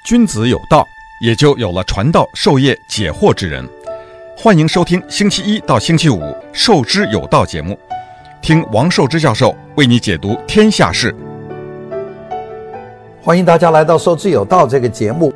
君子有道，也就有了传道授业解惑之人。欢迎收听星期一到星期五《授之有道》节目，听王寿之教授为你解读天下事。 欢迎大家来到《授之有道》这个节目。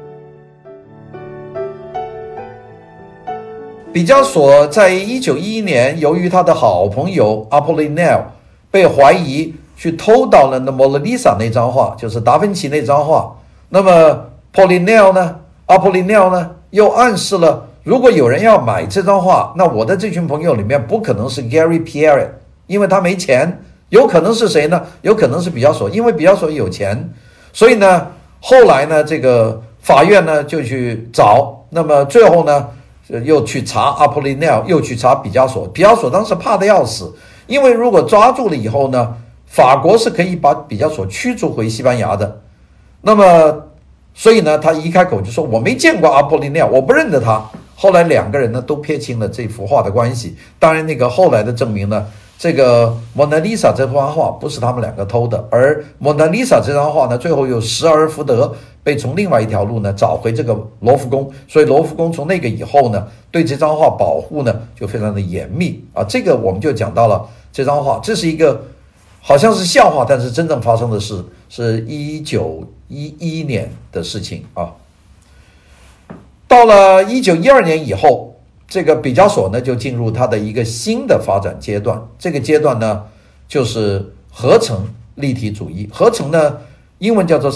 毕加索在1911年，由于他的好朋友阿波利奈尔被怀疑去偷盗了那蒙娜丽莎那张画，就是达芬奇那张画。那么阿波利奈尔呢，又暗示了，如果有人要买这张画，那我的这群朋友里面不可能是 Gary Pierre， 因为他没钱。有可能是谁呢？有可能是毕加索，因为毕加索有钱。所以呢，后来呢，这个法院呢就去找，那么最后呢又去查阿波利奈尔，又去查毕加索。毕加索当时怕得要死，因为如果抓住了以后呢，法国是可以把毕加索驱逐回西班牙的。那么所以呢，他一开口就说我没见过阿波利奈尔，我不认得他。后来两个人呢都撇清了这幅画的关系。当然那个后来的证明呢，这个蒙娜丽莎这张画不是他们两个偷的，而蒙娜丽莎这张画呢，最后又失而复得，被从另外一条路呢找回这个罗浮宫。所以罗浮宫从那个以后呢，对这张画保护呢就非常的严密啊。这个我们就讲到了这张画，这是一个好像是笑话，但是真正发生的事是1911年的事情啊。到了1912年以后，这个毕加索呢就进入他的一个新的发展阶段。这个阶段呢就是合成立体主义。合成呢英文叫做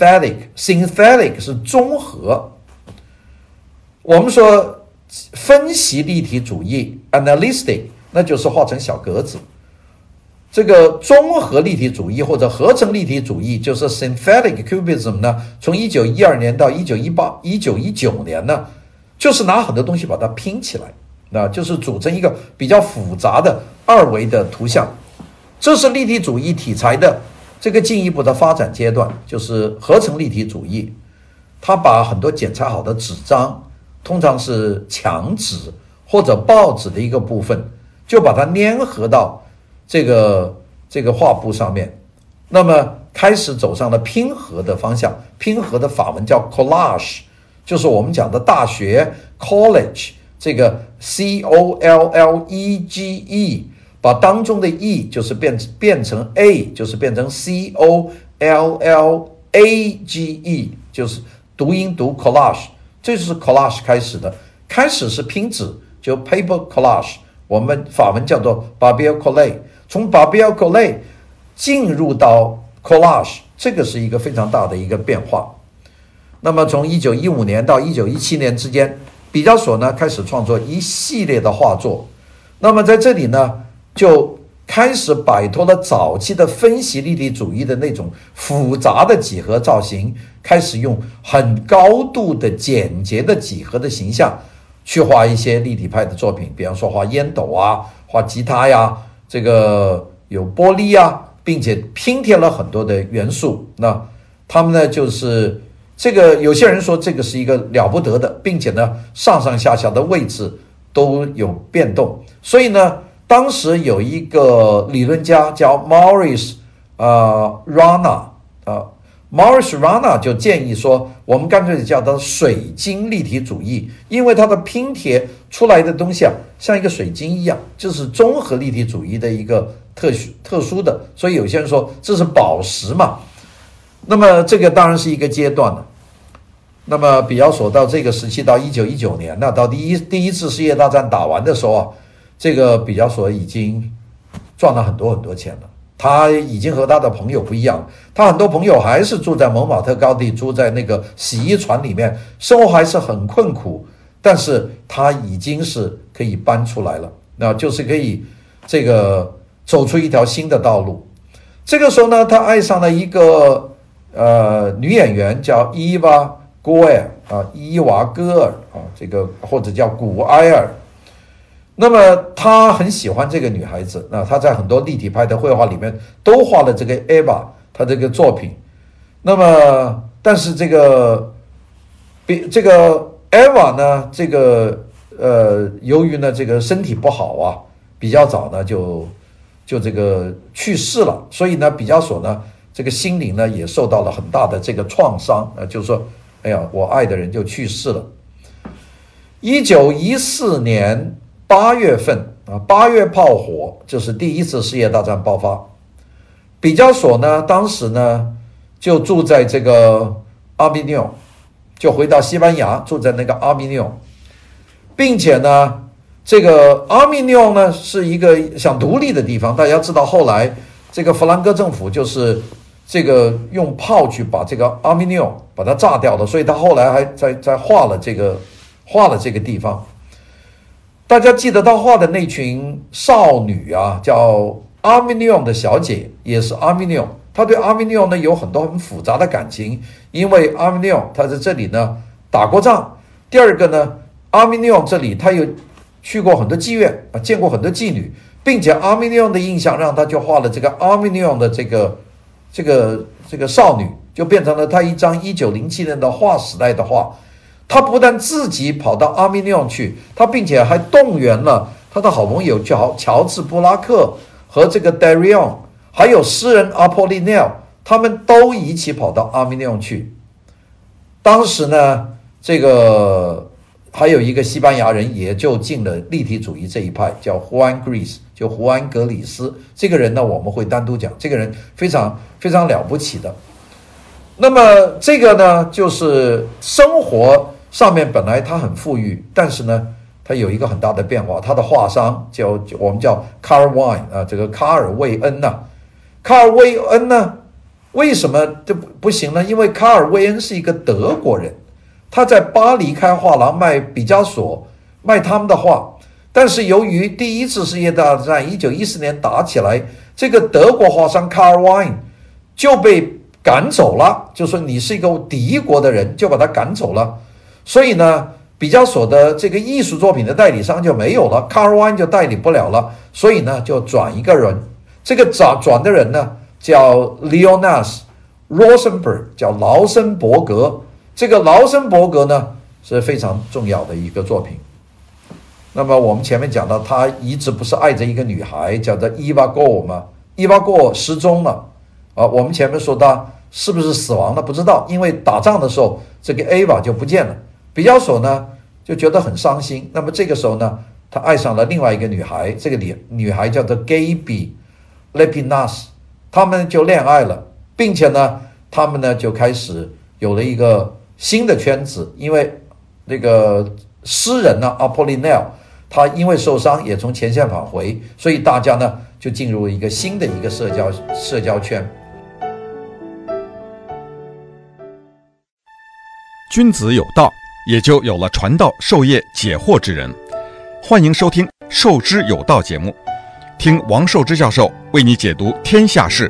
synthetic 是综合。我们说分析立体主义 analytic 那就是画成小格子。这个综合立体主义或者合成立体主义就是 synthetic cubism 呢，从1912年到1919年呢，就是拿很多东西把它拼起来，那就是组成一个比较复杂的二维的图像。这是立体主义题材的这个进一步的发展阶段，就是合成立体主义。它把很多剪裁好的纸张，通常是墙纸或者报纸的一个部分，就把它粘合到这个画布上面，那么开始走上了拼合的方向。拼合的法文叫 collage， 就是我们讲的大学 college， 这个 college， 把当中的 e 就是变成 a， 就是变成 collage， 就是读音读 collage， 这就是 collage 开始的。开始是拼纸，就 paper collage， 我们法文叫做 barbelé。从 barbelé 进入到 collage， 这个是一个非常大的一个变化。那么从1915年到1917年之间，毕加索呢开始创作一系列的画作。那么在这里呢，就开始摆脱了早期的分析立体主义的那种复杂的几何造型，开始用很高度的简洁的几何的形象去画一些立体派的作品，比方说画烟斗啊，画吉他呀，这个有玻璃啊，并且拼贴了很多的元素。那他们呢就是这个，有些人说这个是一个了不得的，并且呢上上下下的位置都有变动。所以呢当时有一个理论家叫 Maurice Rana 就建议说，我们干脆叫它水晶立体主义，因为它的拼贴出来的东西啊，像一个水晶一样，就是综合立体主义的一个特殊的。所以有些人说这是宝石嘛。那么这个当然是一个阶段了。那么毕加索到这个时期，到1919年呢，到第一次世界大战打完的时候啊，这个毕加索已经赚了很多很多钱了。他已经和他的朋友不一样，他很多朋友还是住在蒙马特高地，住在那个洗衣船里面，生活还是很困苦，但是他已经是可以搬出来了，那就是可以这个走出一条新的道路。这个时候呢，他爱上了一个女演员叫伊娃戈尔啊，这个或者叫古埃尔。那么他很喜欢这个女孩子，那他在很多立体派的绘画里面都画了这个 Eva 他这个作品。那么但是这个 Eva 呢，这个由于呢这个身体不好啊，比较早呢就这个去世了，所以呢毕加索呢这个心灵呢也受到了很大的这个创伤，就是说哎呀，我爱的人就去世了。1914年8月份8月炮火，就是第一次世界大战爆发。毕加索呢，当时呢就住在这个阿比纽，就回到西班牙，住在那个阿比纽，并且呢，这个阿比纽呢是一个想独立的地方。大家知道，后来这个弗兰哥政府就是这个用炮去把这个阿比纽把它炸掉的，所以他后来还在画了这个地方。大家记得他画的那群少女啊，叫阿米纽的小姐，也是阿米纽。他对阿米纽呢有很多很复杂的感情，因为阿米纽他在这里呢打过仗。第二个呢，阿米纽这里他有去过很多妓院见过很多妓女，并且阿米纽的印象让他就画了这个阿米纽的这个少女，就变成了他一张1907年的画时代的画。他不但自己跑到阿米纽去，他并且还动员了他的好朋友乔治布拉克和这个 Darion， 还有诗人阿波利奈尔，他们都一起跑到阿米纽去。当时呢，这个还有一个西班牙人也就进了立体主义这一派，叫胡安格里斯，就胡安格里斯。这个人呢，我们会单独讲，这个人非常非常了不起的。那么这个呢，就是生活上面本来他很富裕，但是呢，他有一个很大的变化。他的画商我们叫卡尔维恩这个卡尔维恩呢，卡尔维恩呢，为什么就不行呢？因为卡尔维恩是一个德国人，他在巴黎开画廊卖毕加索，卖他们的画。但是由于第一次世界大战1914年打起来，这个德国画商卡尔维恩就被赶走了，就说你是一个敌国的人，就把他赶走了。所以呢，毕加索的这个艺术作品的代理商就没有了，卡尔维恩就代理不了了，所以呢就转一个人。这个转的人呢叫 Leonas Rosenberg， 叫劳森伯格。这个劳森伯格呢是非常重要的一个作品。那么我们前面讲到，他一直不是爱着一个女孩叫做伊娃戈吗？伊娃戈失踪了我们前面说他是不是死亡了不知道，因为打仗的时候这个 Ava 就不见了。毕加索呢就觉得很伤心。那么这个时候呢，他爱上了另外一个女孩，这个女孩叫做 Gaby Lepinas， 他们就恋爱了，并且呢他们呢就开始有了一个新的圈子。因为那个诗人呢阿波利奈尔，他因为受伤也从前线返回，所以大家呢就进入一个新的一个社交圈。 君子有道，也就有了传道授业解惑之人。欢迎收听《授之有道》节目，听王寿之教授为你解读天下事。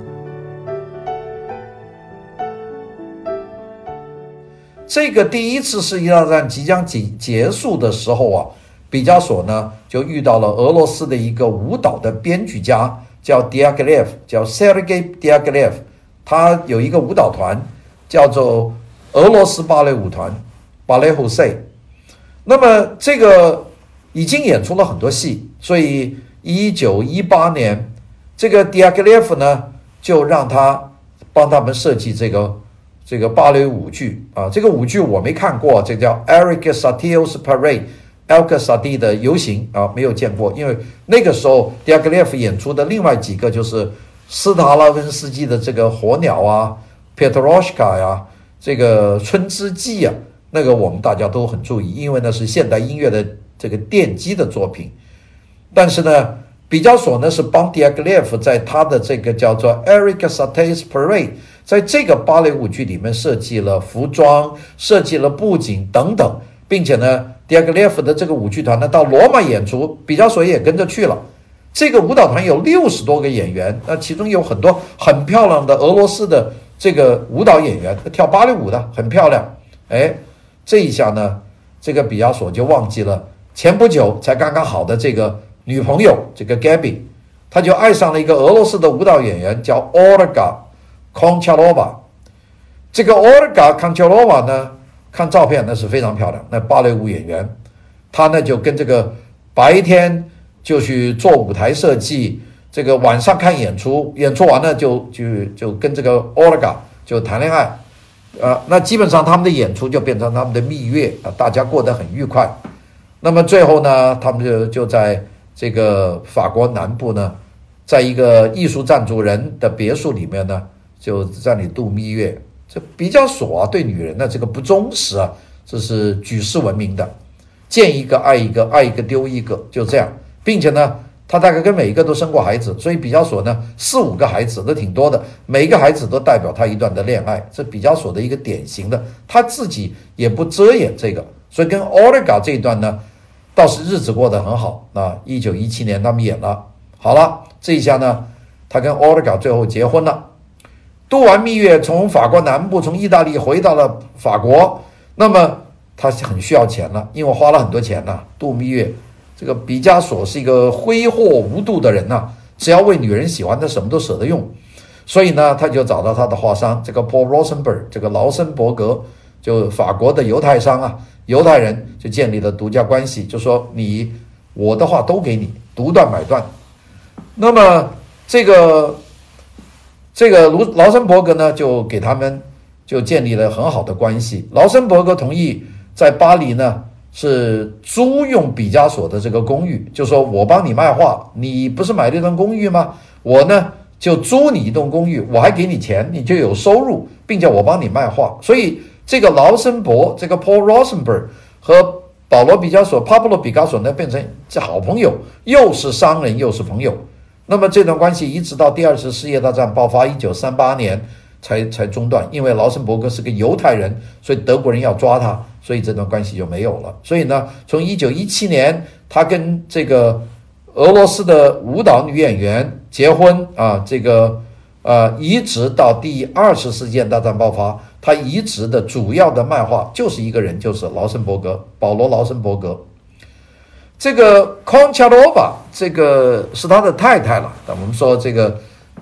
这个第一次世界大战即将结束的时候毕加索呢就遇到了俄罗斯的一个舞蹈的编剧家，叫 Diaghilev， 叫 Sergei Diaghilev。 他有一个舞蹈团叫做俄罗斯芭蕾舞团 Ballet Russe。 那么这个已经演出了很多戏，所以1918年这个 Diaghilev 呢就让他帮他们设计这个芭蕾舞剧这个舞剧我没看过，这个叫 Eric Satie's Parade， Eric Satie 的游行没有见过。因为那个时候 Diaghilev 演出的另外几个就是斯塔拉文斯基的这个火鸟Petrushka 呀，这个春之祭那个我们大家都很注意，因为那是现代音乐的这个奠基的作品。但是呢，毕加索呢是帮 Diaghilev 在他的这个叫做 Eric Satie's Parade， 在这个芭蕾舞剧里面设计了服装，设计了布景等等，并且呢 Diaghilev 的这个舞剧团呢到罗马演出，毕加索也跟着去了。这个舞蹈团有60多个演员，其中有很多很漂亮的俄罗斯的这个舞蹈演员，跳芭蕾舞的很漂亮。这一下呢，这个毕加索就忘记了前不久才刚刚好的这个女朋友，这个 Gaby， 他就爱上了一个俄罗斯的舞蹈演员叫 Olga Konchalova。 这个 Olga Konchalova 呢，看照片那是非常漂亮，那芭蕾舞演员，他呢就跟这个白天就去做舞台设计，这个晚上看演出，演出完了就跟这个 Olga 就谈恋爱。 那基本上他们的演出就变成他们的蜜月啊，大家过得很愉快。那么最后呢，他们就在这个法国南部呢，在一个艺术赞助人的别墅里面呢，就在那里度蜜月。这毕加索啊，对女人的这个不忠实啊，这是举世闻名的，见一个爱一个，爱一个丢一个，就这样，并且呢，他大概跟每一个都生过孩子，所以毕加索呢4、5个孩子都挺多的，每一个孩子都代表他一段的恋爱，这毕加索的一个典型的，他自己也不遮掩这个，所以跟 Olga 这一段呢，倒是日子过得很好。那1917年他们演了，好了，这一下呢，他跟 Olga 最后结婚了。度完蜜月，从法国南部，从意大利回到了法国，那么他很需要钱了，因为花了很多钱了，度蜜月。这个毕加索是一个挥霍无度的人呐，只要为女人喜欢，他什么都舍得用。所以呢，他就找到他的画商，这个 Paul Rosenberg， 这个劳森伯格，就法国的犹太商啊，犹太人就建立了独家关系，就说我的画都给你，独断买断。那么这个劳森伯格呢，就给他们就建立了很好的关系。劳森伯格同意在巴黎呢是租用毕加索的这个公寓，就说我帮你卖画，你不是买了一栋公寓吗？我呢就租你一栋公寓，我还给你钱，你就有收入，并且我帮你卖画。所以这个劳森伯，这个 Paul Rosenberg 和保罗毕加索 Pablo Picasso 呢变成好朋友，又是商人又是朋友。那么这段关系一直到第二次世界大战爆发1938年才中断，因为劳森伯格是个犹太人，所以德国人要抓他，所以这段关系就没有了。所以呢，从1917年他跟这个俄罗斯的舞蹈女演员结婚啊，一直到第二次世界大战爆发，他一直的主要的卖画就是一个人，就是劳森伯格，保罗劳森伯格。这个 Koncharova 这个是他的太太了。我们说这个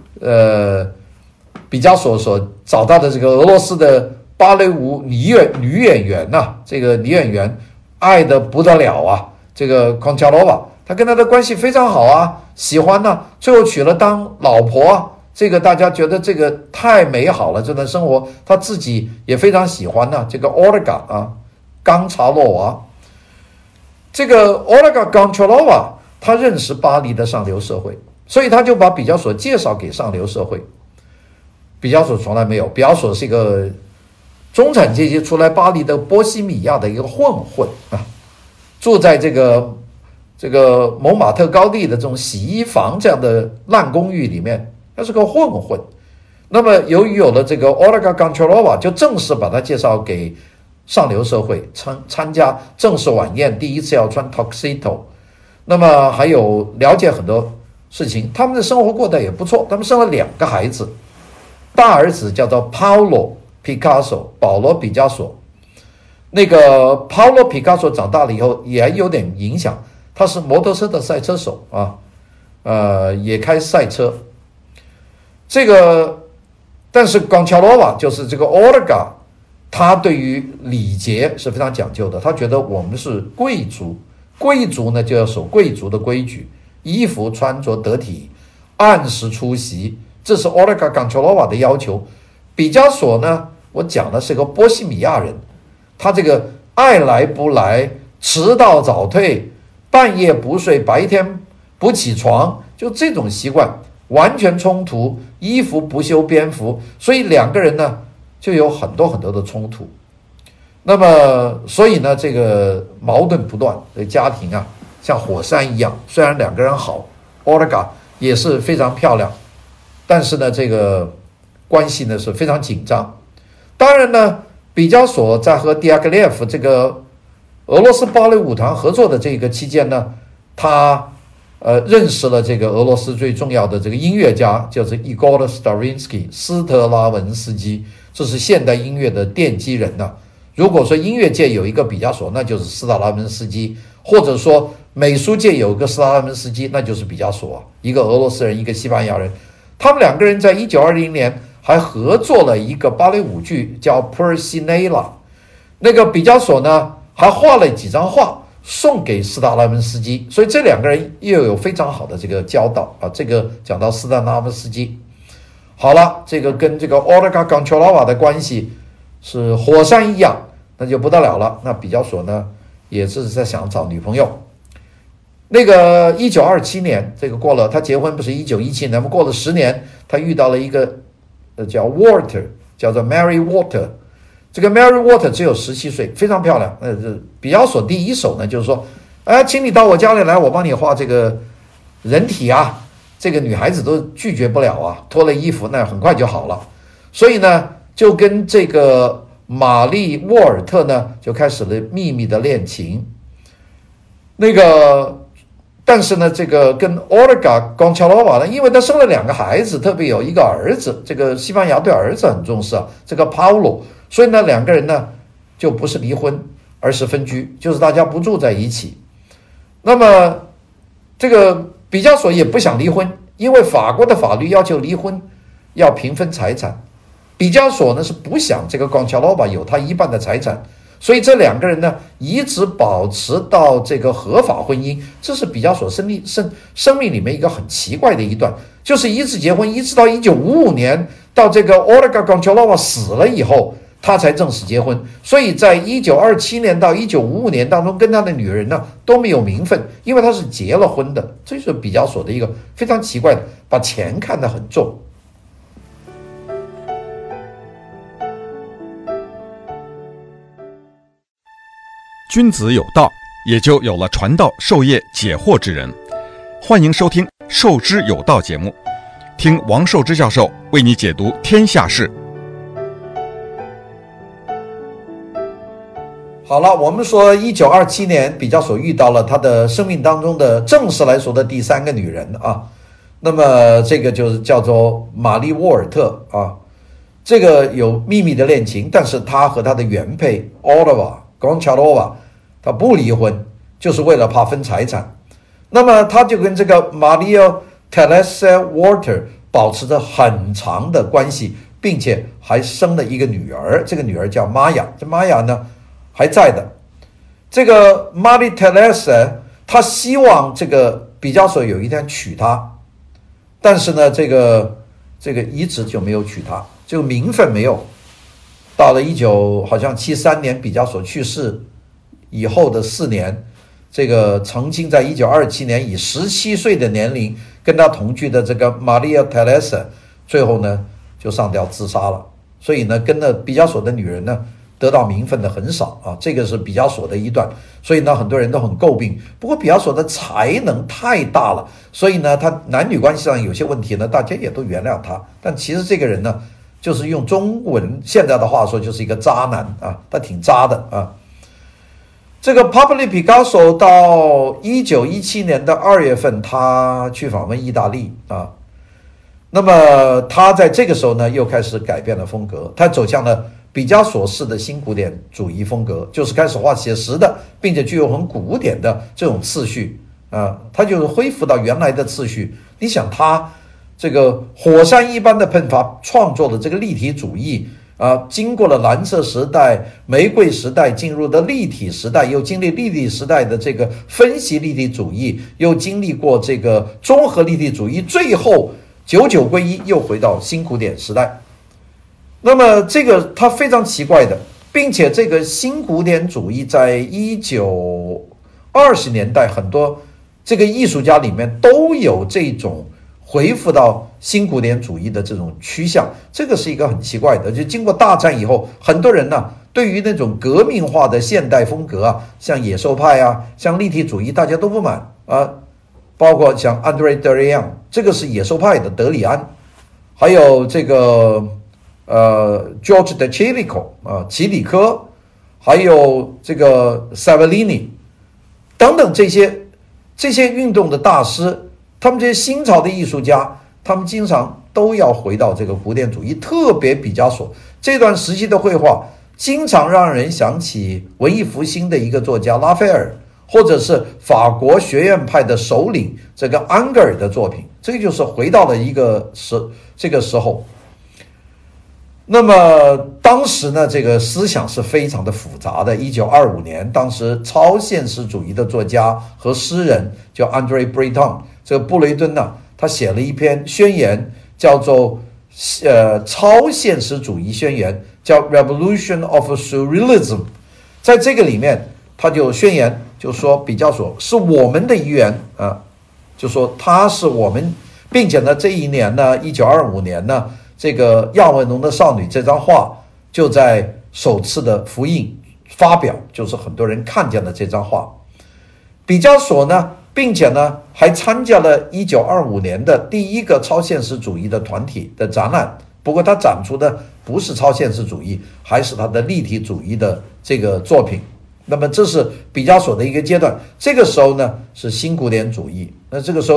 毕加索所找到的这个俄罗斯的芭蕾舞女演员呐，这个女演员爱得不得了啊。这个 Koncharova 他跟他的关系非常好啊，喜欢呢，最后娶了当老婆啊。这个大家觉得这个太美好了，这段生活他自己也非常喜欢呢。这个 Olga 啊，冈察洛娃。这个 Olga Goncharova 他认识巴黎的上流社会，所以他就把毕加索介绍给上流社会。毕加索从来没有，毕加索是一个中产阶级出来巴黎的波西米亚的一个混混啊，住在这个蒙马特高地的这种洗衣房这样的烂公寓里面，他是个混混。那么由于有了这个 Olga Goncharova， 就正式把他介绍给上流社会，参加正式晚宴，第一次要穿 tuxedo， 那么还有了解很多事情。他们的生活过得也不错，他们生了2个孩子，大儿子叫做 Paolo Picasso， 保罗毕加索。那个 Paolo Picasso 长大了以后也有点影响，他是摩托车的赛车手啊，也开赛车。这个但是 Goncharova 就是这个 Olga，他对于礼节是非常讲究的，他觉得我们是贵族，贵族呢就要守贵族的规矩，衣服穿着得体，按时出席，这是 Olga Goncharova 的要求。毕加索呢，我讲的是个波西米亚人，他这个爱来不来，迟到早退，半夜不睡，白天不起床，就这种习惯完全冲突，衣服不修边幅，所以2个人呢就有很多很多的冲突。那么所以呢，这个矛盾不断，这家庭啊像火山一样，虽然2个人好， Olga 也是非常漂亮，但是呢这个关系呢是非常紧张。当然呢，毕加索在和迪亚格列夫这个俄罗斯芭蕾舞团合作的这个期间呢，他认识了这个俄罗斯最重要的这个音乐家，就是 Igor Stravinsky 斯特拉文斯基，这是现代音乐的奠基人呐。如果说音乐界有一个毕加索，那就是斯特拉文斯基，或者说美术界有个斯特拉文斯基，那就是毕加索啊，一个俄罗斯人，一个西班牙人。他们2个人在1920年还合作了一个芭蕾舞剧叫 Pulcinella， 那个毕加索呢还画了几张画送给斯特拉文斯基，所以这2个人又有非常好的这个交道啊。这个讲到斯特拉文斯基。好了，这个跟这个 Olga Goncharova 的关系是火山一样，那就不得了了。那毕加索呢，也是在想找女朋友。那个1927年，这个过了，他结婚不是1917年，过了10年，他遇到了一个叫 Walter， 叫做 Mary Walter。这个 Mary Walter 只有17岁，非常漂亮。毕加索第一手呢，就是说，请你到我家里来，我帮你画这个人体啊。这个女孩子都拒绝不了啊，脱了衣服那很快就好了。所以呢，就跟这个玛丽沃尔特呢就开始了秘密的恋情。但是呢，这个跟 Olga Goncharova 呢，因为他生了2个孩子，特别有一个儿子，这个西班牙对儿子很重视啊，这个 Paulo， 所以呢，2个人呢就不是离婚，而是分居，就是大家不住在一起。那么这个毕加索也不想离婚，因为法国的法律要求离婚要平分财产。毕加索呢是不想这个 Goncharova 有他一半的财产，所以这2个人呢一直保持到这个合法婚姻。这是毕加索生命里面一个很奇怪的一段，就是一直结婚，一直到1955年，到这个 Olga Goncharova 死了以后，他才正式结婚。所以在1927年到1955年当中，跟他的女人呢都没有名分，因为他是结了婚的。这就是毕加索的一个非常奇怪的，把钱看得很重。 君子有道，也就有了传道授业解惑之人。欢迎收听《授之有道》节目，听王寿之教授为你解读天下事。 好了，我们说1927年毕加索遇到了他的生命当中的正式来说的第3个女人啊。那么这个就是叫做玛丽沃尔特啊。这个有秘密的恋情，但是他和他的原配 Olga Goncharova 他不离婚，就是为了怕分财产。那么他就跟这个 Maria Teresa Walter 保持着很长的关系，并且还生了一个女儿，这个女儿叫玛雅。这玛雅呢还在的。这个 Maria Teresa 她希望这个毕加索有一天娶她，但是呢这个一直就没有娶她，这个名分没有。到了73年毕加索去世以后的4年，这个曾经在1927年以17岁的年龄跟他同居的这个 Maria Teresa 最后呢就上吊自杀了。所以呢跟了毕加索的女人呢得到名分的很少啊，这个是毕加索的一段。所以呢很多人都很诟病，不过毕加索的才能太大了，所以呢他男女关系上有些问题呢大家也都原谅他。但其实这个人呢就是用中文现在的话说就是一个渣男啊，他挺渣的啊。这个 Pablo Picasso 到1917年的2月份他去访问意大利啊。那么他在这个时候呢又开始改变了风格，他走向了毕加索式的新古典主义风格，就是开始画写实的，并且具有很古典的这种次序啊，他就是恢复到原来的次序。你想他这个火山一般的喷发创作的这个立体主义啊，经过了蓝色时代、玫瑰时代，进入的立体时代，又经历立体时代的这个分析立体主义，又经历过这个综合立体主义，最后99归一，又回到新古典时代。那么这个它非常奇怪的，并且这个新古典主义在1920年代很多这个艺术家里面都有这种恢复到新古典主义的这种趋向，这个是一个很奇怪的。就经过大战以后，很多人呢对于那种革命化的现代风格啊，像野兽派啊，像立体主义，大家都不满啊。包括像 André Derain， 这个是野兽派的德里安，还有这个George de Chirico 啊，齐里科，还有这个 Savellini 等等这些运动的大师，他们这些新潮的艺术家，他们经常都要回到这个古典主义，特别毕加索这段时期的绘画经常让人想起文艺复兴的一个作家拉斐尔，或者是法国学院派的首领这个安格尔的作品，这个就是回到了这个时候。那么当时呢这个思想是非常的复杂的。1925年当时超现实主义的作家和诗人叫 André Breton， 这个布雷顿呢他写了一篇宣言叫做超现实主义宣言， 叫 Revolution of Surrealism。在这个里面，他就宣言，就说毕加索是我们的一员啊，就说他是我们，并且呢，这一年呢，1925年呢，这个亚维农的少女这张画就在首次的复印发表，就是很多人看见了这张画。毕加索呢，并且呢还参加了1925年的第一个超现实主义的团体的展览，不过他展出的不是超现实主义，还是他的立体主义的这个作品。那么这是毕加索的一个阶段。这个时候呢是新古典主义。那这个时候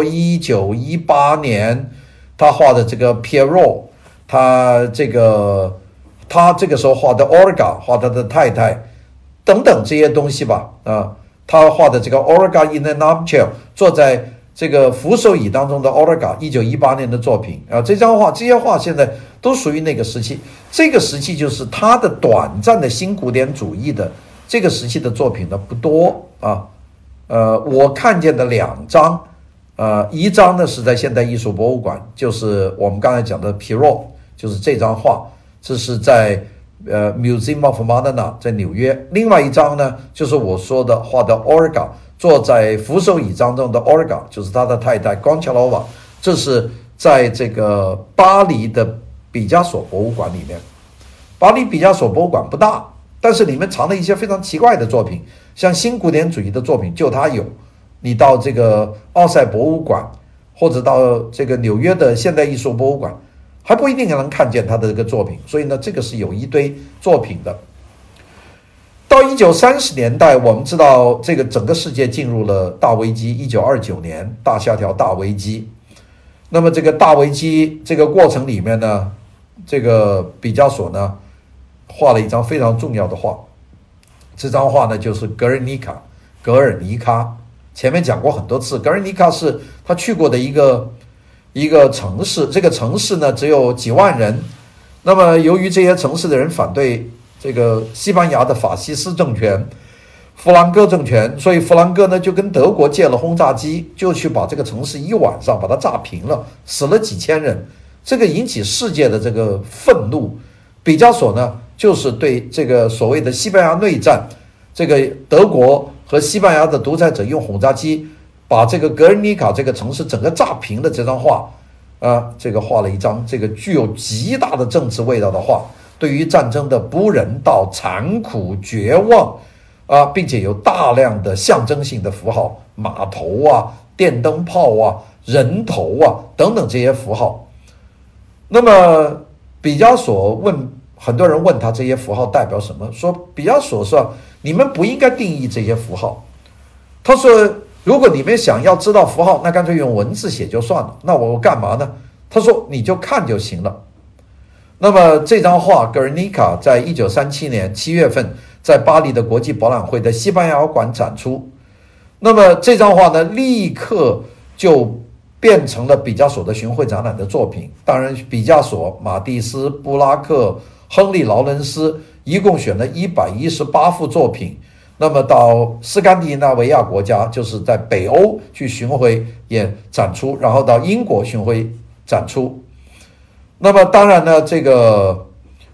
1918年他画的这个 Pierrot， 他这个时候画的 Olga， 画他的太太等等这些东西吧他画的这个 Olga in an armchair， 坐在这个扶手椅当中的 Olga， 1918年的作品这些画现在都属于那个时期。这个时期就是他的短暂的新古典主义的这个时期的作品呢不多我看见的2张一张呢是在现代艺术博物馆，就是我们刚才讲的 Pierrot， 就是这张画，这是在Museum of Modena 在纽约。另外一张呢就是我说的画的 Olga， 坐在扶手椅当中的 Olga， 就是他的太太 Goncalova， 这是在这个巴黎的毕加索博物馆里面。巴黎毕加索博物馆不大，但是里面藏了一些非常奇怪的作品，像新古典主义的作品就他有。你到这个奥赛博物馆或者到这个纽约的现代艺术博物馆还不一定能看见他的这个作品，所以呢这个是有一堆作品的。到1930年代，我们知道这个整个世界进入了大危机，1929年大萧条大危机。那么这个大危机这个过程里面呢，这个毕加索呢画了一张非常重要的画，这张画呢就是格尔尼卡。前面讲过很多次，格尔尼卡是他去过的一个城市，这个城市呢只有几万人。那么由于这些城市的人反对这个西班牙的法西斯政权弗兰哥政权，所以弗兰哥呢就跟德国借了轰炸机，就去把这个城市一晚上把它炸平了，死了几千人，这个引起世界的这个愤怒。毕加索呢就是对这个所谓的西班牙内战，这个德国和西班牙的独裁者用轰炸机把这个格尔尼卡这个城市整个炸平的这张画这个画了一张这个具有极大的政治味道的画，对于战争的不人道、残酷、绝望并且有大量的象征性的符号，码头电灯泡人头等等这些符号。那么毕加索很多人问他这些符号代表什么，说毕加索说你们不应该定义这些符号。他说如果你们想要知道符号，那干脆用文字写就算了，那我干嘛呢？他说你就看就行了。那么这张画格尔尼卡在1937年7月份在巴黎的国际博览会的西班牙馆展出。那么这张画呢立刻就变成了毕加索的巡回展览的作品。当然毕加索、马蒂斯、布拉克、亨利·劳伦斯一共选了118幅作品，那么到斯堪的纳维亚国家，就是在北欧去巡回也展出，然后到英国巡回展出。那么当然呢这个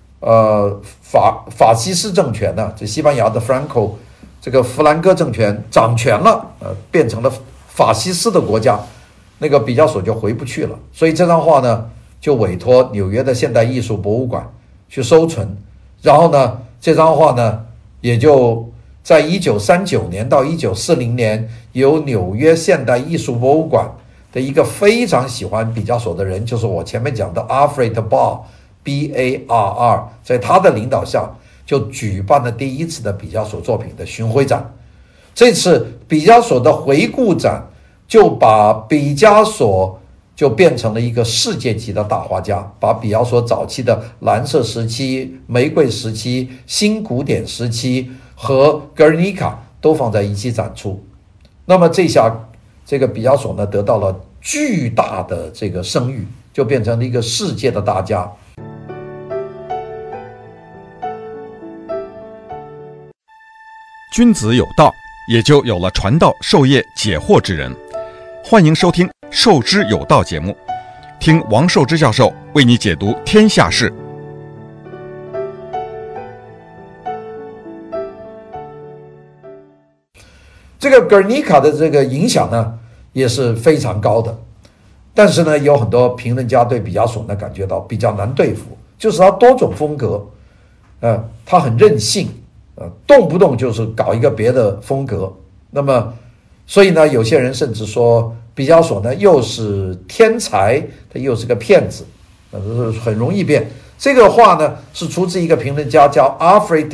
法西斯政权呢，这西班牙的 Franco 这个弗兰哥政权掌权了变成了法西斯的国家，那个毕加索就回不去了，所以这张画呢就委托纽约的现代艺术博物馆去收存。然后呢这张画呢也就在1939年到1940年由纽约现代艺术博物馆的一个非常喜欢毕加索的人，就是我前面讲的 Alfred Barr BARR， 在他的领导下就举办了第一次的毕加索作品的巡回展。这次毕加索的回顾展就把毕加索就变成了一个世界级的大画家，把毕加索早期的蓝色时期、玫瑰时期、新古典时期和格尔尼卡都放在一起展出。那么这下这个毕加索呢得到了巨大的这个声誉，就变成了一个世界的大家。 君子有道，也就有了传道授业解惑之人。欢迎收听授之有道节目，听王寿之教授为你解读天下事。 这个 Guernica 的这个影响呢也是非常高的。但是呢，有很多评论家对毕加索呢感觉到比较难对付，就是他多种风格，他很任性，动不动就是搞一个别的风格。那么，所以呢，有些人甚至说毕加索呢又是天才，他又是个骗子，很容易变。这个话呢是出自一个评论家叫 Alfred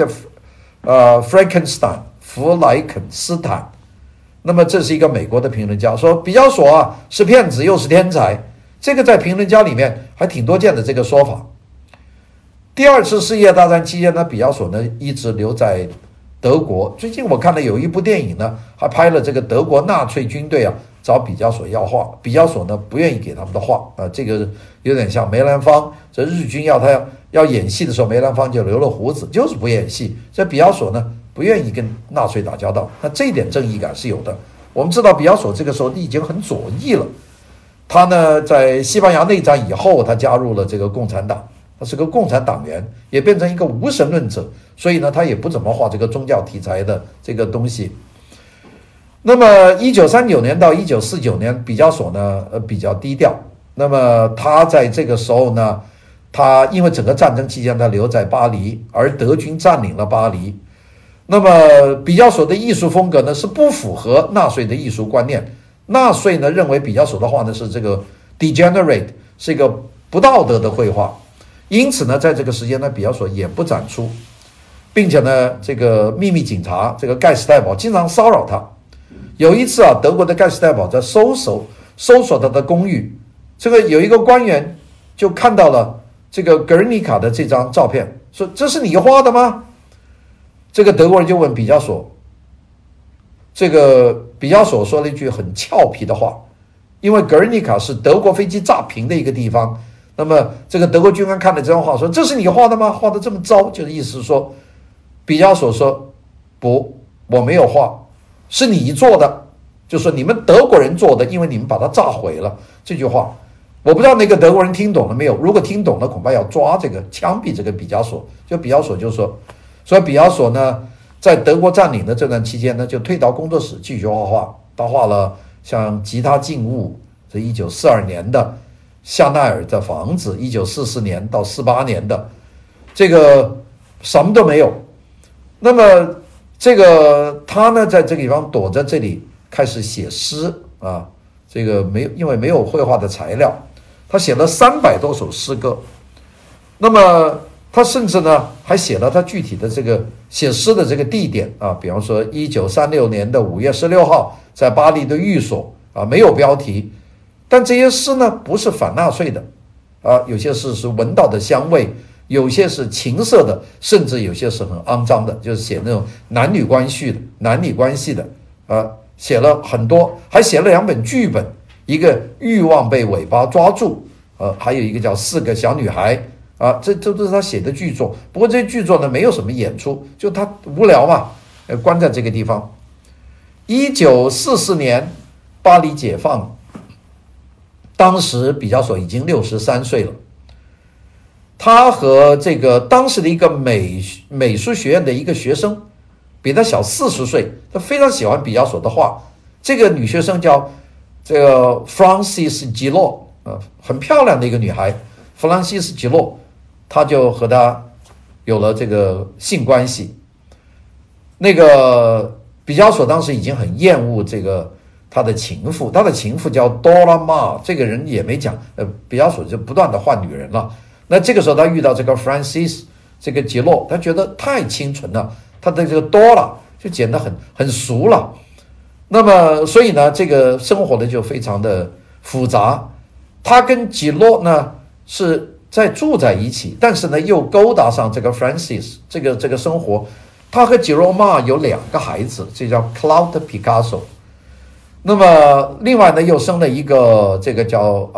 Frankenstein 弗莱肯斯坦。那么这是一个美国的评论家说毕加索啊是骗子又是天才，这个在评论家里面还挺多见的这个说法。第二次世界大战期间呢，毕加索呢一直留在德国。最近我看了有一部电影呢，还拍了这个德国纳粹军队啊找毕加索要画，毕加索呢不愿意给他们的画这个有点像梅兰芳，这日军要他要演戏的时候，梅兰芳就留了胡子，就是不演戏。这毕加索呢不愿意跟纳粹打交道，那这一点正义感是有的。我们知道毕加索这个时候已经很左翼了，他呢在西班牙内战以后，他加入了这个共产党，他是个共产党员，也变成一个无神论者，所以呢他也不怎么画这个宗教题材的这个东西。那么1939年到1949年，毕加索呢比较低调。那么他在这个时候呢，他因为整个战争期间他留在巴黎，而德军占领了巴黎。那么毕加索的艺术风格呢是不符合纳粹的艺术观念，纳粹呢认为毕加索的画呢是这个 degenerate， 是一个不道德的绘画，因此呢在这个时间呢毕加索也不展出，并且呢这个秘密警察这个盖斯戴堡经常骚扰他。有一次啊，德国的盖斯戴堡在搜索他的公寓，这个有一个官员就看到了这个格尔尼卡的这张照片，说这是你画的吗？这个德国人就问毕加索，这个毕加索说了一句很俏皮的话，因为格尔尼卡是德国飞机炸平的一个地方，那么这个德国军官看了这张画说这是你画的吗？画的这么糟，就是意思说毕加索说不，我没有画，是你做的，就说你们德国人做的，因为你们把它炸毁了。这句话我不知道那个德国人听懂了没有，如果听懂了恐怕要抓这个枪毙这个毕加索。就毕加索就说，所以毕加索呢在德国占领的这段期间呢就退到工作室继续画画。他画了像吉他静物，这1942年的夏奈尔的房子，1944年到48年的这个什么都没有。那么这个他呢在这个地方躲在这里开始写诗啊，这个因为没有绘画的材料，他写了300多首诗歌。那么他甚至呢还写了他具体的这个写诗的这个地点啊，比方说1936年的5月16号在巴黎的寓所啊，没有标题，但这些诗呢不是反纳粹的啊，有些诗是闻到的香味，有些是情色的，甚至有些是很肮脏的，就是写那种男女关系的写了很多，还写了2本剧本，一个欲望被尾巴抓住，还有一个叫4个小女孩啊，这都是他写的剧作。不过这剧作呢没有什么演出，就他无聊嘛，关在这个地方。1944年巴黎解放，当时毕加索已经63岁了。他和这个当时的一个美术学院的一个学生比他小40岁，他非常喜欢毕加索的画。这个女学生叫这个 Francis Gillot， 很漂亮的一个女孩 Francis Gillot， 他就和她有了这个性关系。那个毕加索当时已经很厌恶这个他的情妇，他的情妇叫 Dora Maar， 这个人也没讲，毕加索就不断的换女人了。那这个时候他遇到这个 Francis 这个吉洛，他觉得太清纯了，他的这个 Dora 就显得很俗了。那么所以呢这个生活的就非常的复杂。他跟吉洛呢是在住在一起，但是呢又勾搭上这个 Francis 这个生活。他和吉洛玛有2个孩子，这叫 Claude Picasso。那么另外呢又生了一个这个叫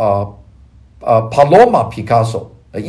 Paloma Picasso，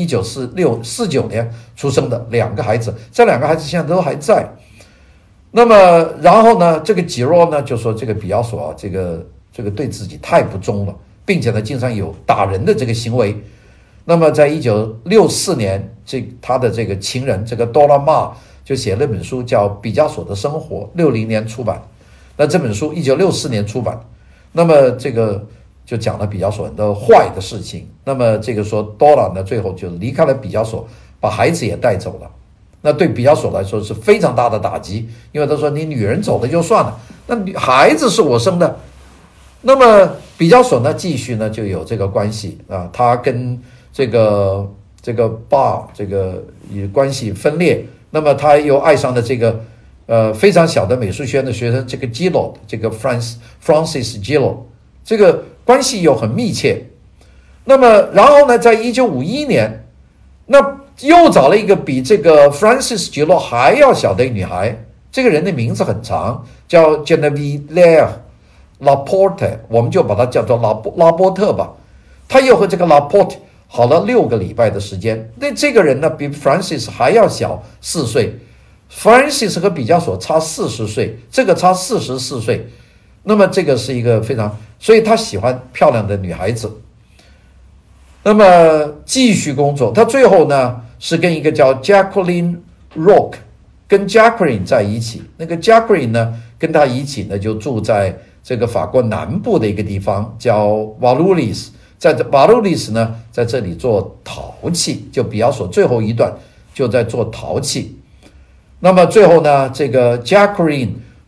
1949年出生的2个孩子，这2个孩子现在都还在。那么然后呢这个吉洛呢就说这个毕加索啊，这个对自己太不忠了，并且呢经常有打人的这个行为。那么在1964年他的这个情人这个 Dora Maar 就写了一本书叫《毕加索的生活》，60年出版。 那这本书1964年出版，那么这个就讲了毕加索很多坏的事情。那么这个说 Dora 呢，最后就离开了毕加索，把孩子也带走了。那对毕加索来说是非常大的打击，因为他说你女人走了就算了，那孩子是我生的。那么毕加索呢，继续呢就有这个关系啊，他跟这个爸这个关系分裂。那么他又爱上了这个非常小的美术学院的学生，这个 Gillot， 这个 Francis Gillot， 这个关系又很密切。那么然后呢，在1951年，那又找了一个比这个 Francis Gillot 还要小的女孩，这个人的名字很长，叫 Genevieve Laporte， 我们就把它叫做拉波特吧。他又和这个 Laporte 好了6个礼拜的时间。那这个人呢，比 Francis 还要小4岁。Francis 和毕加索差40岁，这个差44岁。那么这个是一个非常，所以他喜欢漂亮的女孩子。那么继续工作，他最后呢是跟一个叫 Jacqueline Roque， 跟 Jacqueline 在一起。那个 Jacqueline 呢跟他一起呢就住在这个法国南部的一个地方叫 Vaucluse， 在 Vaucluse 呢在这里做陶器，就毕加索最后一段就在做陶器。那么最后呢，这个 Jacqueline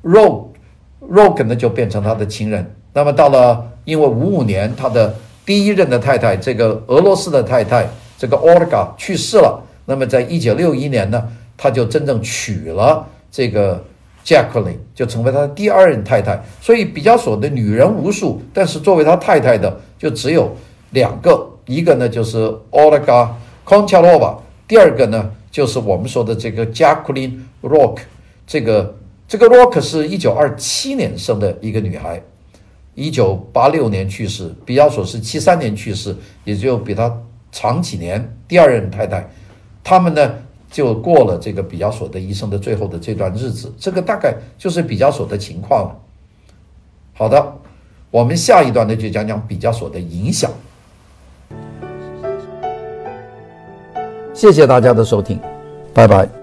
Roque 呢就变成他的情人。那么到了因为55年他的第一任的太太，这个俄罗斯的太太这个 Olga 去世了。那么在1961年呢，他就真正娶了这个 Jacqueline， 就成为他的第2任太太。所以毕加索的女人无数，但是作为他太太的就只有2个，一个呢就是 Olga Koncharova， 第2个呢就是我们说的这个 Jacqueline Roque。 这个 Roque 是1927年生的一个女孩，1986年去世。毕加索是73年去世，也就比他长几年。第2任太太，他们呢就过了这个毕加索的一生的最后的这段日子。这个大概就是毕加索的情况了。好的，我们下一段呢就讲讲毕加索的影响。谢谢大家的收听，拜拜。